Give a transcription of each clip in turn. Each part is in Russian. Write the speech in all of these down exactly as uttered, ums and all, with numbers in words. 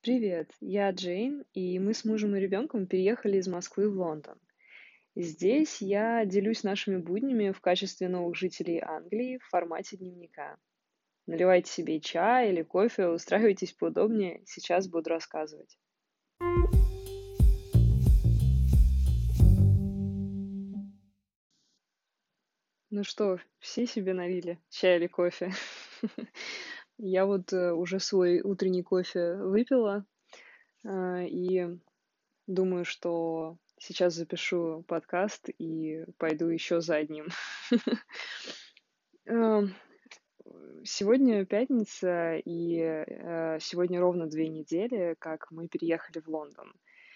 Привет, я Джейн, и мы с мужем и ребенком переехали из Москвы в Лондон. И здесь я делюсь нашими буднями в качестве новых жителей Англии в формате дневника. Наливайте себе чай или кофе, устраивайтесь поудобнее, сейчас буду рассказывать. Ну что, все себе налили чай или кофе? Я вот э, уже свой утренний кофе выпила, а, и думаю, что сейчас запишу подкаст и пойду еще за одним. Ам, Сегодня пятница, и э, сегодня ровно две недели, как мы переехали в Лондон.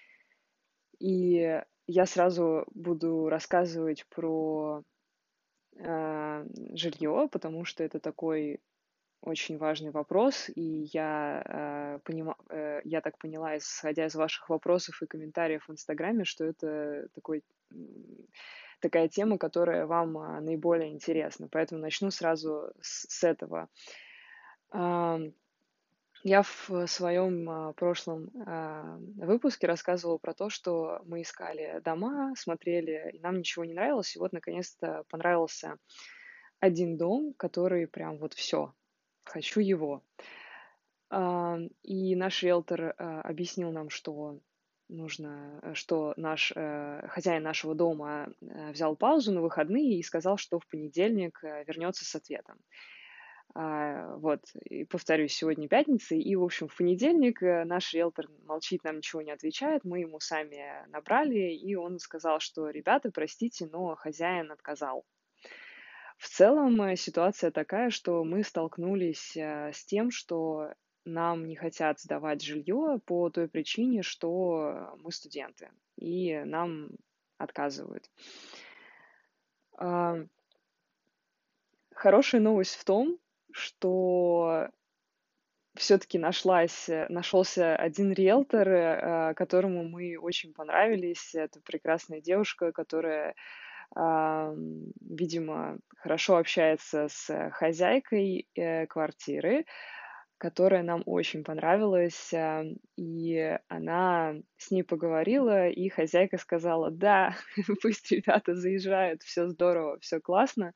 И я сразу буду рассказывать про э, жилье, потому что это такой очень важный вопрос, и я, э, понима- э, я так поняла, исходя из ваших вопросов и комментариев в Инстаграме, что это такой, м, такая тема, которая вам а, наиболее интересна. Поэтому начну сразу с, с этого. Ам, Я в своем а, прошлом а, выпуске рассказывала про то, что мы искали дома, смотрели, и нам ничего не нравилось. И вот наконец-то понравился один дом, который прям вот все, хочу его. А, И наш риэлтор а, объяснил нам, что нужно, э, что наш э, хозяин нашего дома э, взял паузу на выходные и сказал, что в понедельник э, вернется с ответом. А, вот, и повторюсь, сегодня пятница, и, в общем, в понедельник э, наш риэлтор молчит, нам ничего не отвечает, мы ему сами набрали, и он сказал, что, ребята, простите, но хозяин отказал. В целом э, ситуация такая, что мы столкнулись э, с тем, что нам не хотят сдавать жилье по той причине, что мы студенты, и нам отказывают. А, Хорошая новость в том, что все-таки нашлась, э, нашелся один риэлтор, э, которому мы очень понравились. Это прекрасная девушка, которая, ам, видимо, хорошо общается с хозяйкой э, квартиры, которая нам очень понравилась. а, И она с ней поговорила, и хозяйка сказала, да, пусть ребята заезжают, все здорово, все классно.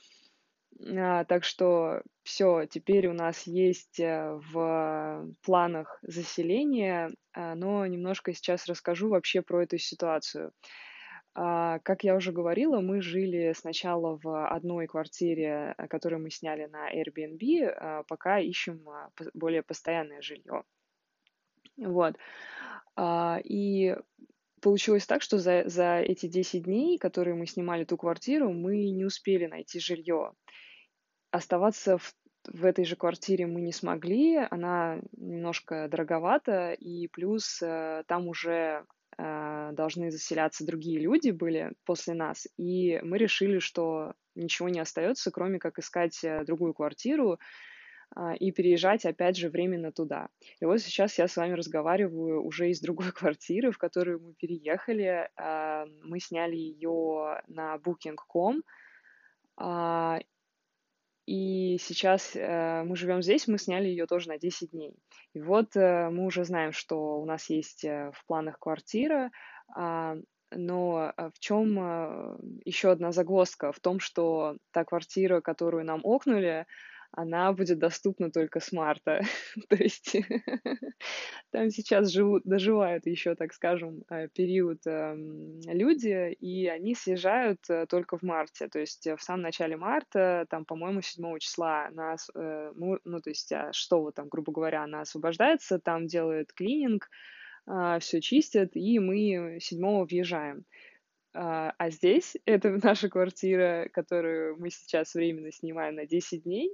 А, так что все, теперь у нас есть, э, в планах заселение, а, но немножко сейчас расскажу вообще про эту ситуацию. А, как я уже говорила, мы жили сначала в одной квартире, э, которую мы сняли на Airbnb, а, пока ищем, а, пос более постоянное жилье. Вот. А, и получилось так, что за за эти десять дней, которые мы снимали ту квартиру, мы не успели найти жилье. Оставаться в в этой же квартире мы не смогли, она немножко дороговата, и плюс, э, там уже, э, должны заселяться другие люди были после нас, и мы решили, что ничего не остается, кроме как искать, э, другую квартиру, а, и переезжать опять же временно туда. И вот сейчас я с вами разговариваю уже из другой квартиры, в которую мы переехали. А, мы сняли ее на букинг точка ком. А, и сейчас, э, мы живем здесь, мы сняли ее тоже на десять дней. И вот, э, мы уже знаем, что у нас есть, э, в планах квартира, а, но, э, в чем еще одна загвоздка? В том, что та квартира, которую нам окнули, она будет доступна только с марта. То есть там сейчас живут доживают еще, так скажем, э, период, эм, люди, и они съезжают, э, только в марте. То есть, э, в самом начале марта, там, по-моему, седьмого числа она ос э, ну ну, то есть, а, шестого там, грубо говоря, она освобождается, там делают клининг, все чистят, и мы седьмого въезжаем. А, а здесь это наша квартира, которую мы сейчас временно снимаем на десять дней.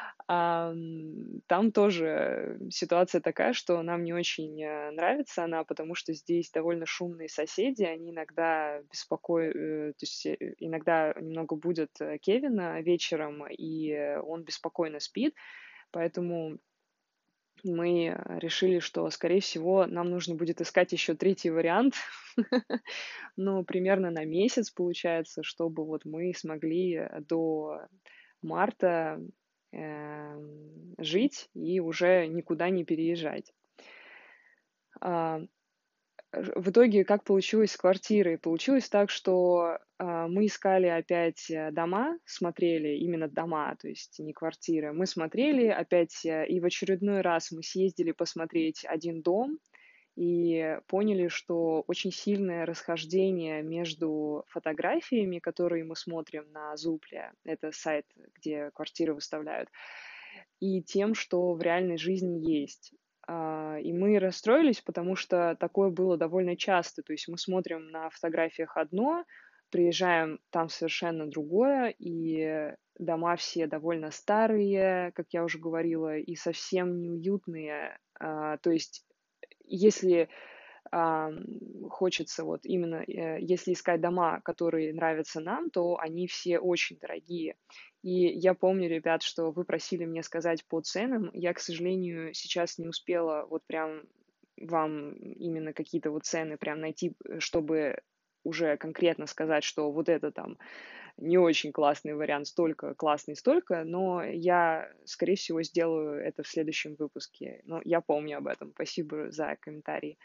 Ам, там тоже ситуация такая, что нам не очень, э, нравится она, потому что здесь довольно шумные соседи. Они иногда беспокоят, э, то есть, э, иногда немного будят э, Кевина вечером, и э, он беспокойно спит. Поэтому мы, э, решили, что, скорее всего, нам нужно будет искать еще третий вариант. Ну, примерно на месяц, получается, чтобы вот мы смогли, э, до марта, эм, жить и уже никуда не переезжать. А, ж в итоге как получилось с квартирой? Получилось так, что, а, мы искали опять, э, дома, смотрели именно дома, то есть не квартиры. Мы смотрели опять, э, и в очередной раз мы съездили посмотреть один дом и поняли, что очень сильное расхождение между фотографиями, которые мы смотрим на Zoopla, это сайт, где квартиры выставляют, и тем, что в реальной жизни есть. А, и мы расстроились, потому что такое было довольно часто. То есть мы смотрим на фотографиях одно, приезжаем, там совершенно другое, и дома все довольно старые, как я уже говорила, и совсем неуютные. А, то есть если ам, хочется вот именно, э, если искать дома, которые нравятся нам, то они все очень дорогие. И я помню, ребят, что вы просили меня сказать по ценам. Я, к сожалению, сейчас не успела вот прям вам именно какие-то вот цены прям найти, э, чтобы уже конкретно сказать, что вот это там не очень классный вариант, столько, классный, столько, но я, скорее всего, сделаю это в следующем выпуске. Но я помню об этом. Спасибо за комментарий.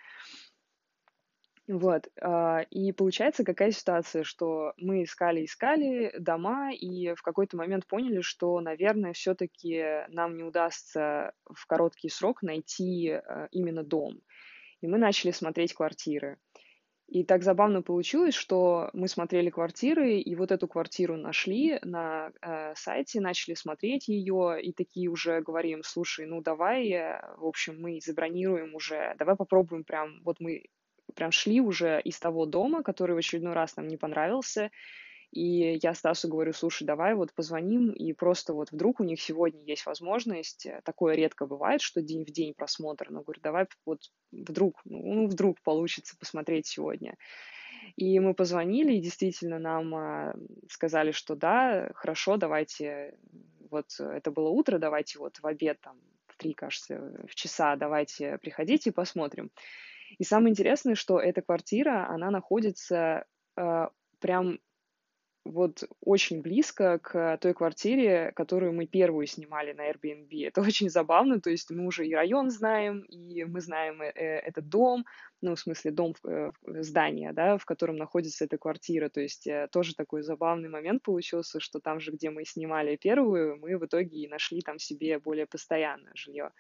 Вот, а, и получается какая ситуация, что мы искали-искали дома и в какой-то момент поняли, что, наверное, все-таки нам не удастся в короткий срок найти э, именно дом. И мы начали смотреть квартиры. И так забавно получилось, что мы смотрели квартиры, и вот эту квартиру нашли на э, сайте, начали смотреть ее, и такие уже говорим, слушай, ну давай, э, в общем, мы забронируем уже, давай попробуем прям, вот мы прям шли уже из того дома, который в очередной раз нам не понравился, и я Стасу говорю, слушай, давай вот позвоним, и просто вот вдруг у них сегодня есть возможность, э, такое редко бывает, что день в день просмотр, но говорю, давай вот вдруг, ну вдруг получится посмотреть сегодня. И мы позвонили, и действительно нам а, сказали, что да, хорошо, давайте, вот э, это было утро, давайте вот в обед там в три, кажется, в часа, давайте приходите и посмотрим. И самое интересное, что эта квартира, она находится э, прям вот очень близко к той квартире, которую мы первую снимали на Airbnb. Это очень забавно, то есть мы уже и район знаем, и мы знаем э, э, этот дом, ну, в смысле, дом, э, в- здание, да, в котором находится эта квартира. То есть э, тоже такой забавный момент получился, что там же, где мы снимали первую, мы в итоге и нашли там себе более постоянное жилье.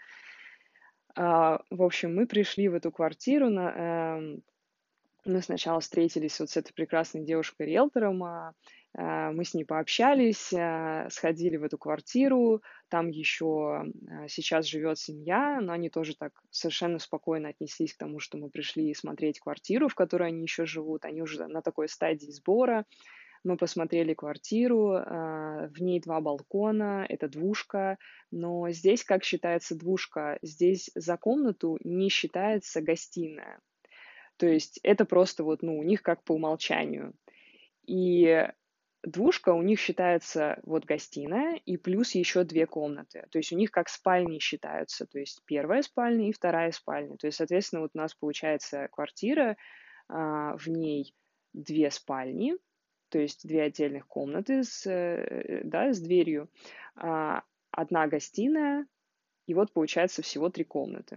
А, в общем, мы пришли в эту квартиру, на, эм, мы сначала встретились вот с этой прекрасной девушкой-риэлтором, а, а, мы с ней пообщались, а, сходили в эту квартиру, там еще а, сейчас живет семья, но они тоже так совершенно спокойно отнеслись к тому, что мы пришли смотреть квартиру, в которой они еще живут, они уже на такой стадии сбора. Мы посмотрели квартиру, а, в ней два балкона, это двушка, но здесь, как считается двушка, здесь за комнату не считается гостиная. То есть это просто вот, ну, у них как по умолчанию. И двушка у них считается вот гостиная и плюс еще две комнаты. То есть у них как спальни считаются. То есть первая спальня и вторая спальня. То есть, соответственно, вот у нас получается квартира, а, в ней две спальни, то есть две отдельных комнаты с, э, да, с дверью, а, одна гостиная, и вот получается всего три комнаты.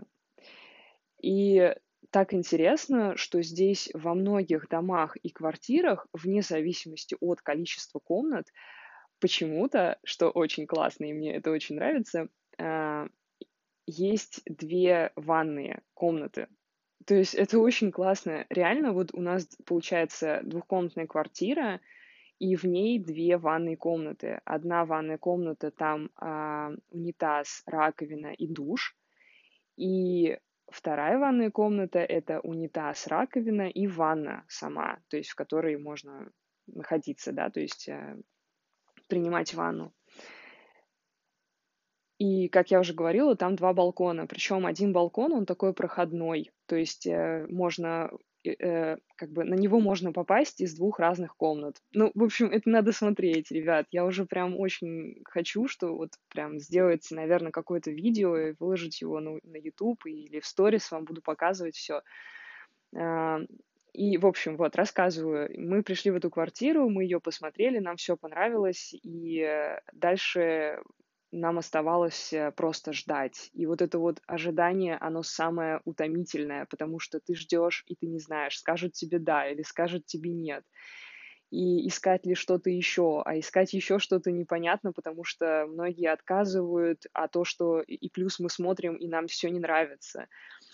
И так интересно, что здесь во многих домах и квартирах, вне зависимости от количества комнат, почему-то, что очень классно, и мне это очень нравится, а, есть две ванные комнаты. То есть это очень классно. Реально, вот у нас получается двухкомнатная квартира, и в ней две ванные комнаты. Одна ванная комната, там а, унитаз, раковина и душ, и вторая ванная комната — это унитаз, раковина и ванна сама, то есть в которой можно находиться, да, то есть э, принимать ванну. И, как я уже говорила, там два балкона, причем один балкон, он такой проходной, то есть э, можно, э, э, как бы на него можно попасть из двух разных комнат. Ну, в общем, это надо смотреть, ребят. Я уже прям очень хочу, что вот прям сделать, наверное, какое-то видео и выложить его на, на YouTube или в сторис вам буду показывать все. И, в общем, вот, рассказываю. Мы пришли в эту квартиру, мы ее посмотрели, нам все понравилось, и э, дальше нам оставалось э, просто ждать. И вот это вот ожидание, оно самое утомительное, потому что ты ждешь, и ты не знаешь, скажут тебе да или скажут тебе нет. И искать ли что-то еще, а искать еще что-то непонятно, потому что многие отказывают, а то, что и и плюс мы смотрим, и нам все не нравится.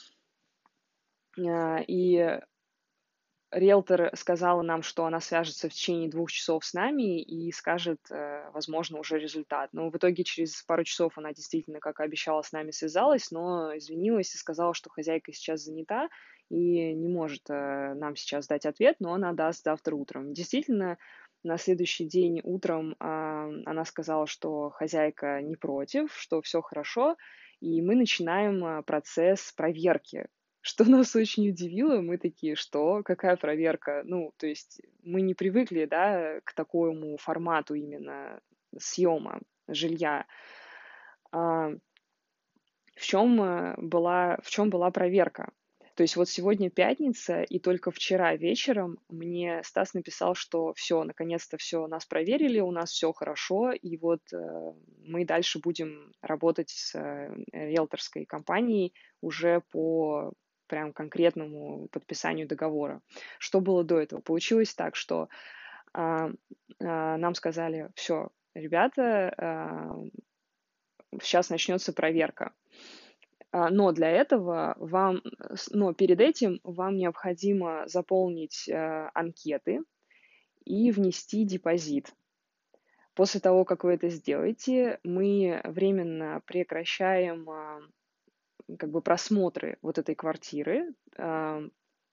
А, И риэлтор сказала нам, что она свяжется в течение двух часов с нами и скажет, э, возможно, уже результат. Но в итоге через пару часов она действительно, как и обещала, с нами связалась, но извинилась и сказала, что хозяйка сейчас занята и не может э, нам сейчас дать ответ, но она даст завтра утром. Действительно, на следующий день утром а, она сказала, что хозяйка не против, что все хорошо, и мы начинаем а, процесс проверки, что нас очень удивило. Мы такие: "Что? Какая проверка?" Ну, то есть мы не привыкли, да, к такому формату именно съема жилья. А, в чем э, была в чем была проверка? То есть вот сегодня пятница, и только вчера вечером мне Стас написал, что все, наконец-то все, нас проверили, у нас все хорошо, и вот, э, мы дальше будем работать с, э, риэлторской компанией уже по прям конкретному подписанию договора. Что было до этого? Получилось так, что, а, а, нам сказали: "Все, ребята, а, щас начнется проверка". А, но для этого вам, э, с но перед этим вам необходимо заполнить, э, анкеты и внести депозит. После того, как вы это сделаете, мы временно прекращаем, а, как бы просмотры вот этой квартиры, а,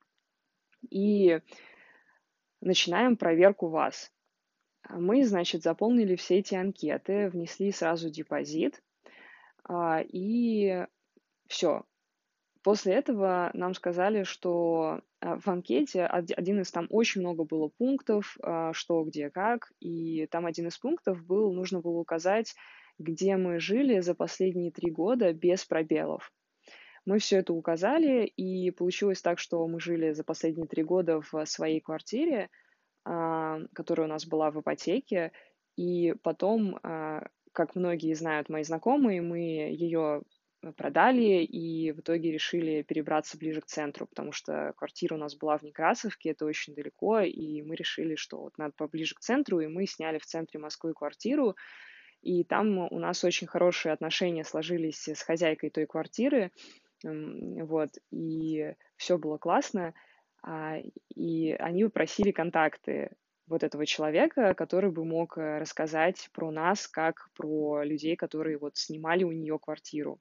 и начинаем проверку вас. А мы, значит, заполнили все эти анкеты, внесли сразу депозит, а, и все. После этого нам сказали, что, а, в анкете оди один из там очень много было пунктов, а, что, где, как. И там один из пунктов был, нужно было указать, где мы жили за последние три года без пробелов. Мы все это указали, и получилось так, что мы жили за последние три года в своей квартире, а, которая у нас была в ипотеке. И потом, а, как многие знают мои знакомые, мы ее продали и в итоге решили перебраться ближе к центру, потому что квартира у нас была в Некрасовке, это очень далеко, и мы решили, что вот надо поближе к центру, и мы сняли в центре Москвы квартиру, и там у нас очень хорошие отношения сложились с хозяйкой той квартиры, м, вот, и все было классно. А, и они попросили контакты вот этого человека, который бы мог э, рассказать про нас, как про людей, которые вот снимали у нее квартиру.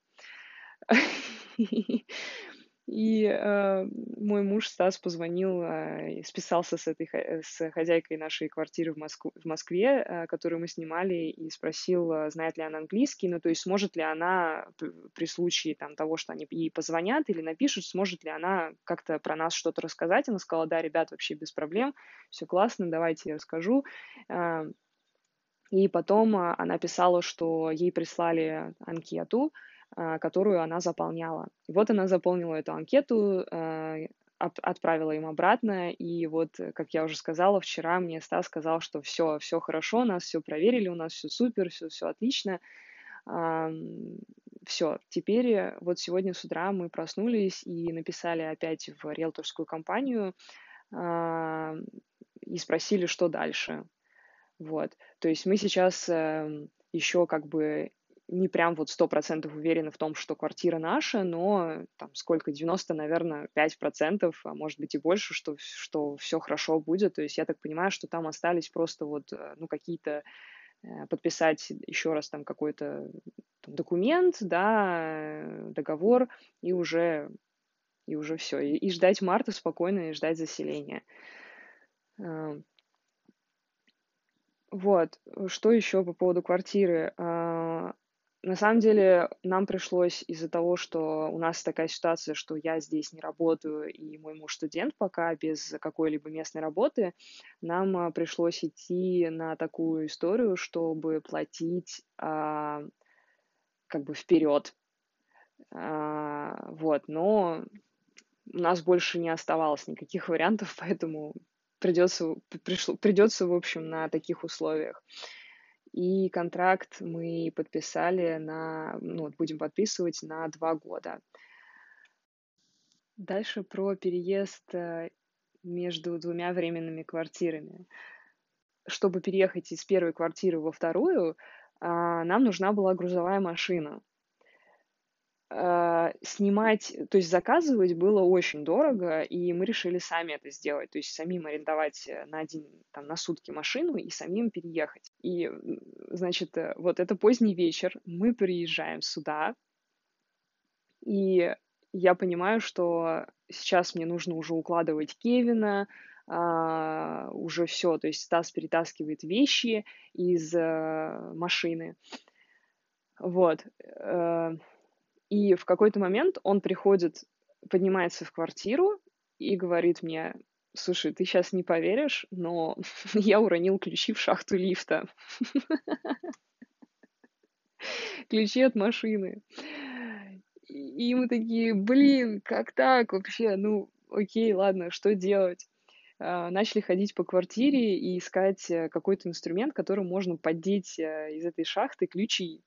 И, э, мой муж Стас позвонил, а, и списался с этой хо э, с хозяйкой нашей квартиры в Моску в Москве, э, которую мы снимали, и спросил, а, знает ли она английский, ну, то есть сможет ли она п при случае там того, что они ей позвонят или напишут, сможет ли она как-то про нас что-то рассказать. Она сказала: "Да, ребят, вообще без проблем, все классно, давайте я расскажу". А, и потом, а, она писала, что ей прислали анкету, а, которую она заполняла. И вот она заполнила эту анкету, а, от отправила им обратно. И вот, э, как я уже сказала, вчера мне Стас сказал, что все, все хорошо, нас все проверили, у нас все супер, все, все отлично. Все. Теперь, э, вот сегодня с утра мы проснулись и написали опять в риэлторскую компанию, а, и спросили, что дальше. Вот. То есть мы сейчас, эм, еще как бы не прям вот сто процентов уверены в том, что квартира наша, но там сколько, девяносто, наверное, пять процентов, а может быть и больше, что вс что всё хорошо будет. То есть я так понимаю, что там остались просто вот, э, ну, какие-то, э, подписать еще раз там какой-то там документ, да, э, договор, и уже и уже все, И и ждать марта спокойно, и ждать заселения. Э, Вот, э, что еще по поводу квартиры? А, на самом деле нам пришлось из-за того, что у нас такая ситуация, что я здесь не работаю и мой муж студент пока без какой-либо местной работы, нам а, пришлось идти на такую историю, чтобы платить а, как бы вперед. А, вот, но у нас больше не оставалось никаких вариантов, поэтому придется, пришло, придется, в общем, на таких условиях. и контракт мы подписали на, ну, вот будем подписывать на два года. Дальше про переезд э, между двумя временными квартирами. Чтобы переехать из первой квартиры во вторую, а, нам нужна была грузовая машина. А, снимать, то есть заказывать было очень дорого, и мы решили сами это сделать, то есть самим арендовать э, на один, там, на сутки машину и самим переехать. И, м, значит, э, вот это поздний вечер, мы приезжаем сюда, и я понимаю, что сейчас мне нужно уже укладывать Кевина, а, уже все, то есть Стас перетаскивает вещи из э, машины. Вот. э, И в какой-то момент он приходит, поднимается в квартиру и говорит мне: «Слушай, ты сейчас не поверишь, но я уронил ключи в шахту лифта, ключи от машины». И мы такие: «Блин, как так вообще? Ну, окей, ладно, что делать?» А, Начали ходить по квартире и искать э, какой-то инструмент, которым можно поддеть э, из этой шахты ключи.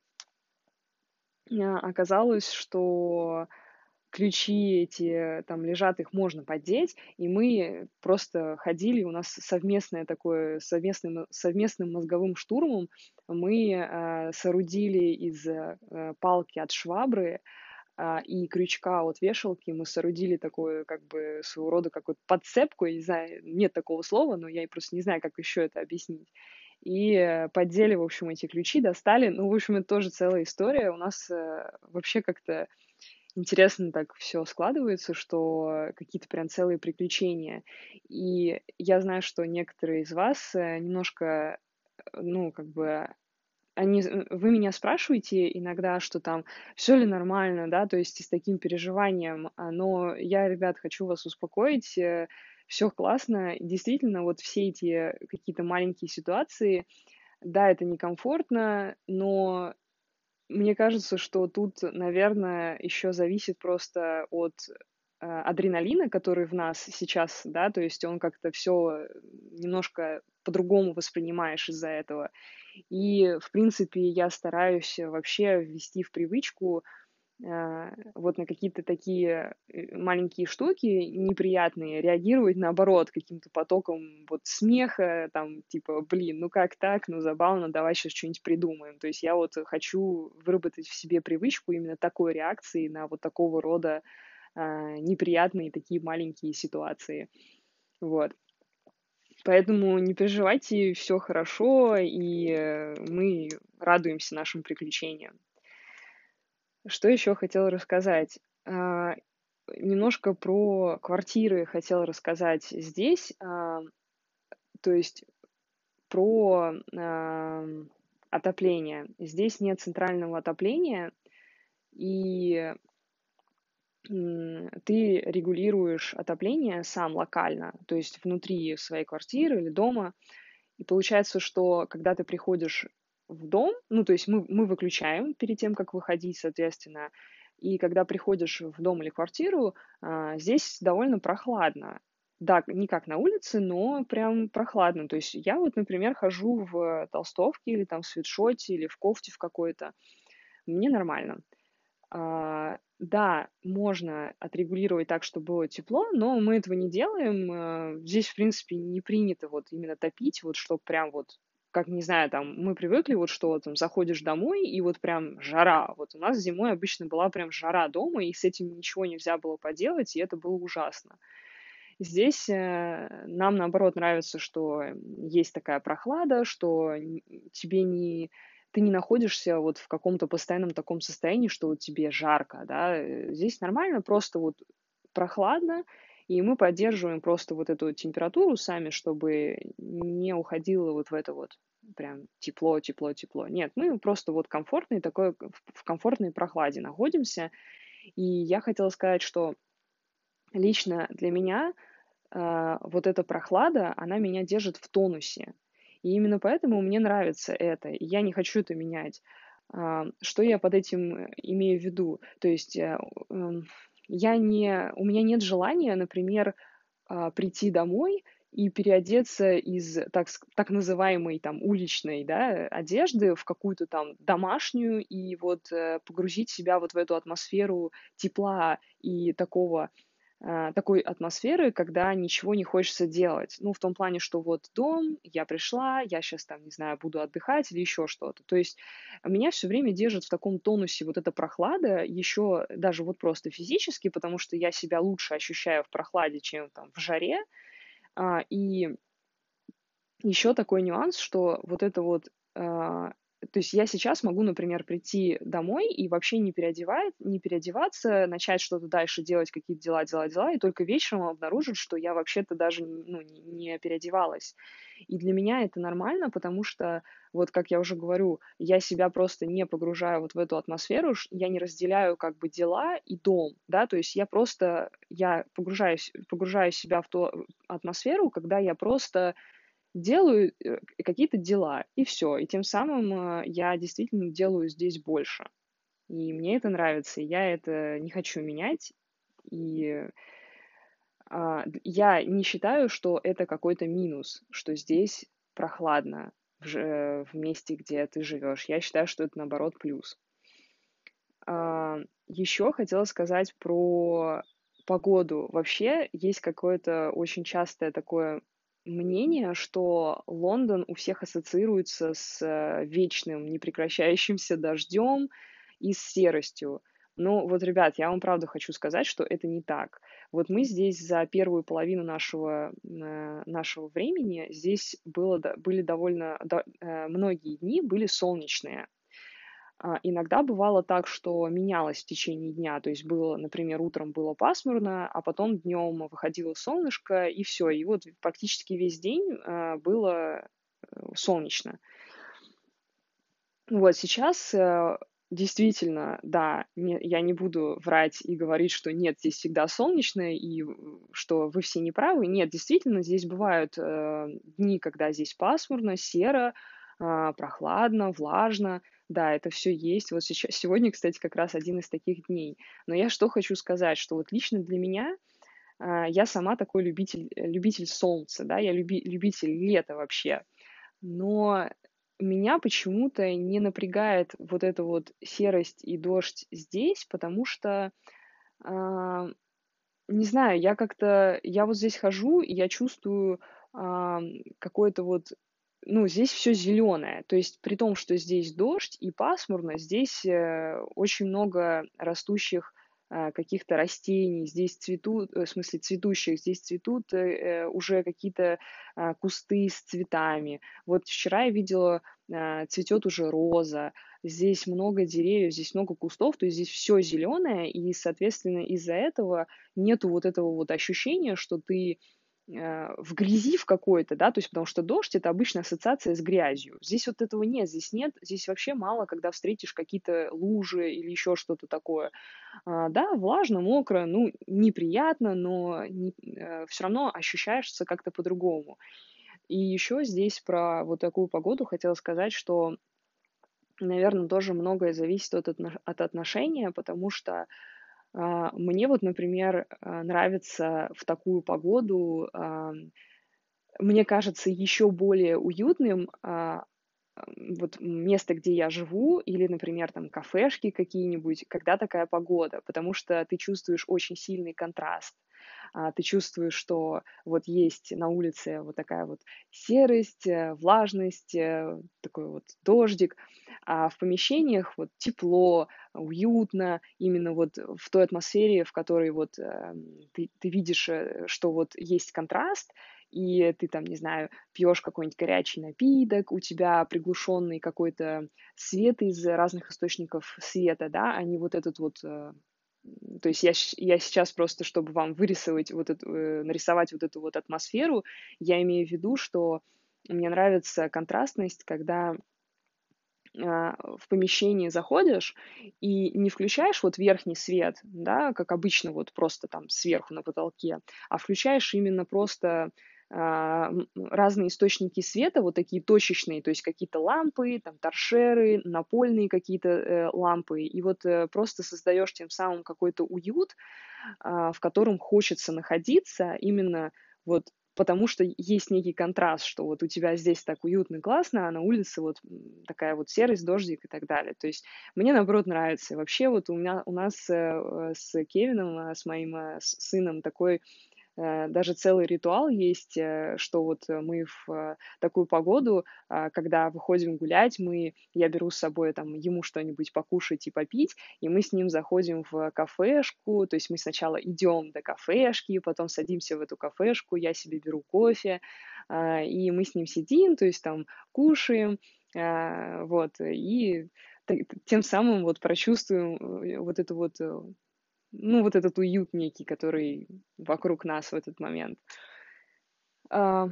А, Оказалось, что ключи эти там лежат, их можно поддеть, и мы просто ходили, у нас совместное такое, совместным, совместным мозговым штурмом мы э, соорудили из э, палки от швабры а, и крючка от вешалки, мы соорудили такую, как бы, своего рода какую-то подцепку, я не знаю, нет такого слова, но я и просто не знаю, как еще это объяснить. И э, поддели, в общем, эти ключи, достали. Ну, в общем, это тоже целая история. У нас э, вообще как-то интересно так все складывается, что какие-то прям целые приключения. И я знаю, что некоторые из вас э, немножко, э, ну, как бы, они, з- вы меня спрашиваете иногда, что там, все ли нормально, да, то есть и с таким переживанием, а, но я, ребят, хочу вас успокоить, все классно. Действительно, вот все эти какие-то маленькие ситуации, да, это некомфортно, но мне кажется, что тут, наверное, еще зависит просто от э, адреналина, который в нас сейчас, да, то есть он как-то все немножко по-другому воспринимаешь из-за этого. И, в принципе, я стараюсь вообще ввести в привычку а, вот на какие-то такие э, маленькие штуки неприятные реагировать наоборот каким-то потоком вот смеха, там типа, блин, ну как так, ну забавно, давай сейчас что-нибудь придумаем. То есть я вот хочу выработать в себе привычку именно такой реакции на вот такого рода а, неприятные такие маленькие ситуации. Вот. Поэтому не переживайте, все хорошо, и э, мы радуемся нашим приключениям. Что еще хотела рассказать? А, Немножко про квартиры хотела рассказать здесь. А, то есть про ам, отопление. Здесь нет центрального отопления, и м, ты регулируешь отопление сам локально, то есть внутри своей квартиры или дома. И получается, что когда ты приходишь в дом, ну, то есть мы, мы выключаем перед тем, как выходить, соответственно, и когда приходишь в дом или квартиру, а, здесь довольно прохладно. Да, не как на улице, но прям прохладно. То есть я вот, например, хожу в толстовке или там в свитшоте или в кофте в какой-то. Мне нормально. А, да, можно отрегулировать так, чтобы было тепло, но мы этого не делаем. Э, Здесь, в принципе, не принято вот именно топить, вот что прям вот, как, не знаю, там, мы привыкли, вот что там заходишь домой, и вот прям жара. Вот у нас зимой обычно была прям жара дома, и с этим ничего нельзя было поделать, и это было ужасно. Здесь э, нам, наоборот, нравится, что есть такая прохлада, что н- тебе не ты не находишься вот в каком-то постоянном таком состоянии, что вот тебе жарко, да. Э, Здесь нормально, просто вот прохладно, и мы поддерживаем просто вот эту температуру сами, чтобы не уходило вот в это вот прям тепло, тепло, тепло. Нет, мы просто вот комфортный такой, в в комфортной прохладе находимся. И я хотела сказать, что лично для меня а, вот эта прохлада, она меня держит в тонусе. И именно поэтому мне нравится это, и я не хочу это менять. А, Что я под этим э, имею в виду? То есть э, эм, я не, у меня нет желания, например, а, прийти домой и переодеться из так, ск- так называемой там уличной, да, одежды в какую-то там домашнюю и вот э, погрузить себя вот в эту атмосферу тепла и такого а, такой атмосферы, когда ничего не хочется делать. Ну, в том плане, что вот дом, я пришла, я сейчас там, не знаю, буду отдыхать или еще что-то. То есть меня все время держит в таком тонусе вот эта прохлада, еще даже вот просто физически, потому что я себя лучше ощущаю в прохладе, чем там в жаре. А, и еще такой нюанс, что вот это вот, а, то есть я сейчас могу, например, прийти домой и вообще не переодевать, не переодеваться, начать что-то дальше делать, какие-то дела, дела, дела, и только вечером обнаружить, что я вообще-то даже ну, не не переодевалась. И для меня это нормально, потому что, вот как я уже говорю, я себя просто не погружаю вот в эту атмосферу, ш- я не разделяю как бы дела и дом, да, то есть я просто, я погружаюсь, погружаю себя в ту э, атмосферу, когда я просто делаю, э, какие-то дела, и все. И тем самым, э, я действительно делаю здесь больше. И мне это нравится, и я это не хочу менять. И, а, д я не считаю, что это какой-то минус, что здесь прохладно в ж в месте, где ты живешь. Я считаю, что это, наоборот, плюс. А, еще хотела сказать про погоду. Вообще есть какое-то очень частое такое мнение, что Лондон у всех ассоциируется с э, вечным, непрекращающимся дождем и с серостью. Но вот, ребят, я вам правда хочу сказать, что это не так. Вот мы здесь за первую половину нашего, э, нашего времени, здесь было, до- были довольно, до- э, многие дни были солнечные. А, иногда бывало так, что менялось в течение дня. То есть было, например, утром было пасмурно, а потом днем выходило солнышко, и все. И вот практически весь день а, было э, солнечно. Вот сейчас э, действительно, да, не- я не буду врать и говорить, что нет, здесь всегда солнечно, и э, что вы все неправы. Нет, действительно, здесь бывают э, дни, когда здесь пасмурно, серо, а, прохладно, влажно. Да, это все есть. Вот сейчас, сегодня, кстати, как раз один из таких дней. Но я что хочу сказать, что вот лично для меня а, я сама такой любитель, э, любитель солнца, да, я люби- любитель лета вообще. Но меня почему-то не напрягает вот эта вот серость и дождь здесь, потому что, а, не знаю, я как-то, я вот здесь хожу, и я чувствую ам, какое-то вот, ну, здесь все зеленое. То есть при том, что здесь дождь и пасмурно, здесь э, очень много растущих а, каких-то растений, здесь цветут, э, в смысле цветущих, здесь цветут э, э, уже какие-то а, кусты с цветами. Вот вчера я видела, а, цветет уже роза, здесь много деревьев, здесь много кустов, то есть здесь все зеленое, и, соответственно, из-за этого нету вот этого вот ощущения, что ты э, в грязи в какой-то, да, то есть потому что дождь — это обычно ассоциация с грязью. Здесь вот этого нет, здесь нет, здесь вообще мало, когда встретишь какие-то лужи или еще что-то такое. А, да, влажно, мокро, ну, неприятно, но не, все равно ощущаешься как-то по-другому. И еще здесь про вот такую погоду хотела сказать, что, наверное, тоже многое зависит от, отно- от отношения, потому что а, мне вот, например, а, нравится в такую погоду, ам, мне кажется еще более уютным, а, ам, вот место, где я живу, или, например, там кафешки какие-нибудь, когда такая погода, потому что ты чувствуешь очень сильный контраст. А, ты чувствуешь, что вот есть на улице вот такая вот серость, э, влажность, э, такой вот дождик, а в помещениях вот тепло, уютно, именно вот в той атмосфере, в которой вот эм, ты, ты видишь, э, что вот есть контраст, и ты там, не знаю, пьешь какой-нибудь горячий напиток, у тебя приглушенный какой-то свет из разных источников света, да, а не вот этот вот э, м, то есть я, щ- я сейчас просто, чтобы вам вырисовать вот эту, э, нарисовать вот эту вот атмосферу, я имею в виду, что мне нравится контрастность, когда а, в помещении заходишь и не включаешь вот верхний свет, да, как обычно вот просто там сверху на потолке, а включаешь именно просто а, м, разные источники света, вот такие точечные, то есть какие-то лампы, там торшеры, напольные какие-то э, лампы, и вот э, просто создаешь тем самым какой-то уют, а, в котором хочется находиться именно вот потому что есть некий контраст, что вот у тебя здесь так уютно и классно, а на улице вот м, такая вот серость, дождик и так далее. То есть мне, наоборот, нравится. И вообще вот у меня, у нас э, э, с Кевином, э, с моим э, с- сыном такой Э, даже целый ритуал есть, э, что вот э, мы в э, такую погоду, а, когда выходим гулять, мы, я беру с собой там ему что-нибудь покушать и попить, и мы с ним заходим в кафешку, то есть мы сначала идем до кафешки, потом садимся в эту кафешку, я себе беру кофе, а, и мы с ним сидим, то есть там кушаем, а, вот, и т- тем самым вот прочувствуем э, вот эту вот э, ну, вот этот уют некий, который вокруг нас в этот момент. А,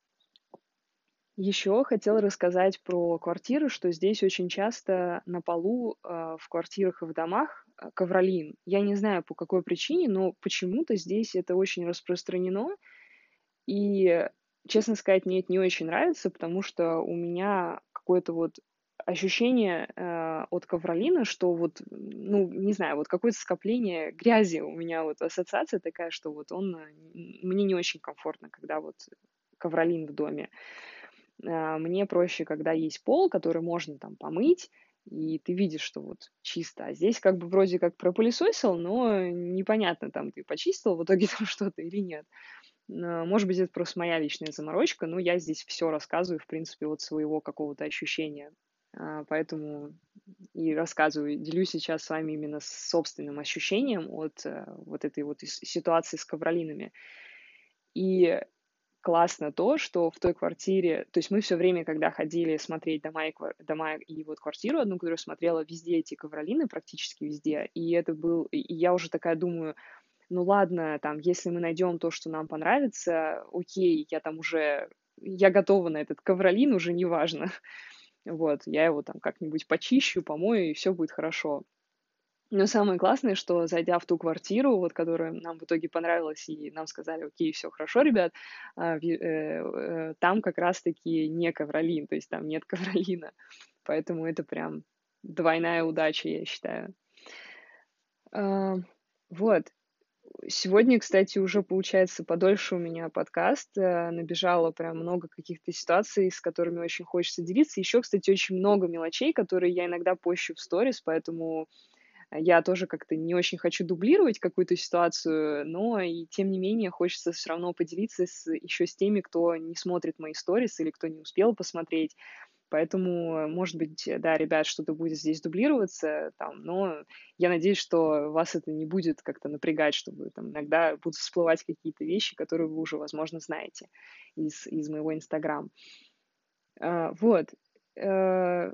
Еще хотела рассказать про квартиры, что здесь очень часто на полу а, в квартирах и в домах а, ковролин. Я не знаю, по какой причине, но почему-то здесь это очень распространено. И, честно сказать, мне это не очень нравится, потому что у меня какое-то вот ощущение э, от ковролина, что вот, ну, не знаю, вот какое-то скопление грязи у меня вот ассоциация такая, что вот он, э, н- мне не очень комфортно, когда вот ковролин в доме. А, Мне проще, когда есть пол, который можно там помыть, и ты видишь, что вот чисто. А здесь как бы вроде как пропылесосил, но непонятно, там ты почистил в итоге там что-то или нет. Э, может быть, это просто моя личная заморочка, но я здесь все рассказываю, в принципе, от своего какого-то ощущения. А, Поэтому и рассказываю, делюсь сейчас с вами именно с собственным ощущением от э, вот этой вот ис- ситуации с ковролинами. И классно то, что в той квартире, то есть мы все время, когда ходили смотреть дома и, квар- дома и вот квартиру одну, которую смотрела, везде эти ковролины, практически везде, и это был, и и я уже такая думаю, ну ладно, там, если мы найдем то, что нам понравится, окей, я там уже, я готова на этот ковролин, уже неважно. Вот, я его там как-нибудь почищу, помою, и все будет хорошо. Но самое классное, что зайдя в ту квартиру, вот, которая нам в итоге понравилась, и нам сказали, окей, все хорошо, ребят, а, ви- э, э, там как раз-таки не ковролин, то есть там нет ковролина. Поэтому это прям двойная удача, я считаю. А, Вот. Сегодня, кстати, уже получается подольше у меня подкаст. э, Набежало прям много каких-то ситуаций, с которыми очень хочется делиться. Еще, кстати, очень много мелочей, которые я иногда пощу в сторис, поэтому э, я тоже как-то не очень хочу дублировать какую-то ситуацию, но и тем не менее хочется все равно поделиться с, еще с теми, кто не смотрит мои сторис или кто не успел посмотреть. Поэтому, э, может быть, э, да, ребят, что-то будет здесь дублироваться, там, но я надеюсь, что вас это не будет как-то напрягать, чтобы там иногда будут всплывать какие-то вещи, которые вы уже, возможно, знаете из, из моего Инстаграм. А, Вот. Э,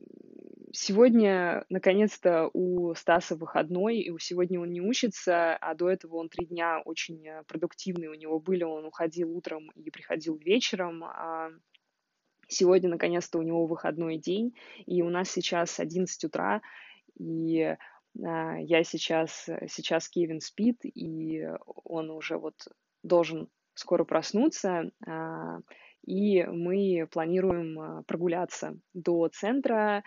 Сегодня, наконец-то, у Стаса выходной, и у- сегодня он не учится, а до этого он три дня очень э, продуктивный у него были, он уходил утром и приходил вечером, а Сегодня, наконец-то, у него выходной день, и у нас сейчас одиннадцать утра, и а, я сейчас, э, сейчас Кевин спит, и он уже вот должен скоро проснуться, а, и мы планируем а, прогуляться до центра,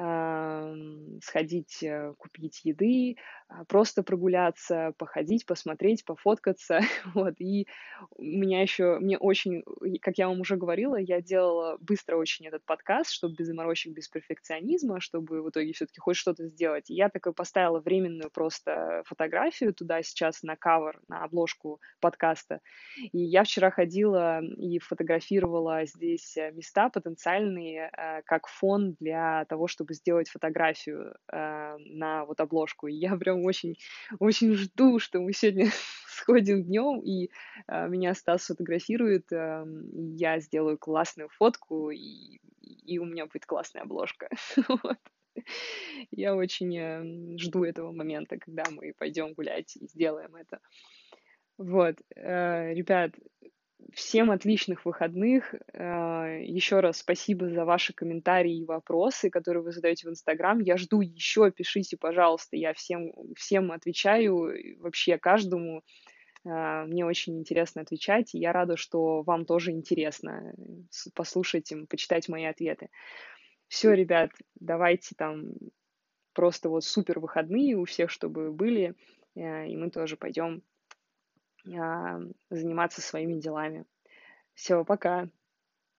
ам, сходить, э, купить еды, а, просто прогуляться, походить, посмотреть, пофоткаться, вот, и у меня еще, мне очень, и как я вам уже говорила, я делала быстро очень этот подкаст, чтобы без заморочек, без перфекционизма, чтобы в итоге все-таки хоть что-то сделать. И я такой поставила временную просто фотографию туда сейчас на кавер, на обложку подкаста. И я вчера ходила и фотографировала здесь э, места потенциальные, э, как фон для того, чтобы сделать фотографию э, на вот обложку. И я прям очень, очень жду, что мы сегодня сходим днем, и а, меня Стас сфотографирует, ам, и я сделаю классную фотку, и, и у меня будет классная обложка. Вот. Я очень эм, жду этого момента, когда мы пойдем гулять и сделаем это. Вот, э, ребят, всем отличных выходных. Э, Еще раз спасибо за ваши комментарии и вопросы, которые вы задаете в Инстаграм. Я жду еще, пишите, пожалуйста, я всем, всем отвечаю, и вообще каждому. А, Мне очень интересно отвечать, и я рада, что вам тоже интересно э, с- послушать, м, почитать мои ответы. Все, ребят, давайте там просто вот супер выходные у всех, чтобы были, э, и мы тоже пойдем а, заниматься своими делами. Всё, пока.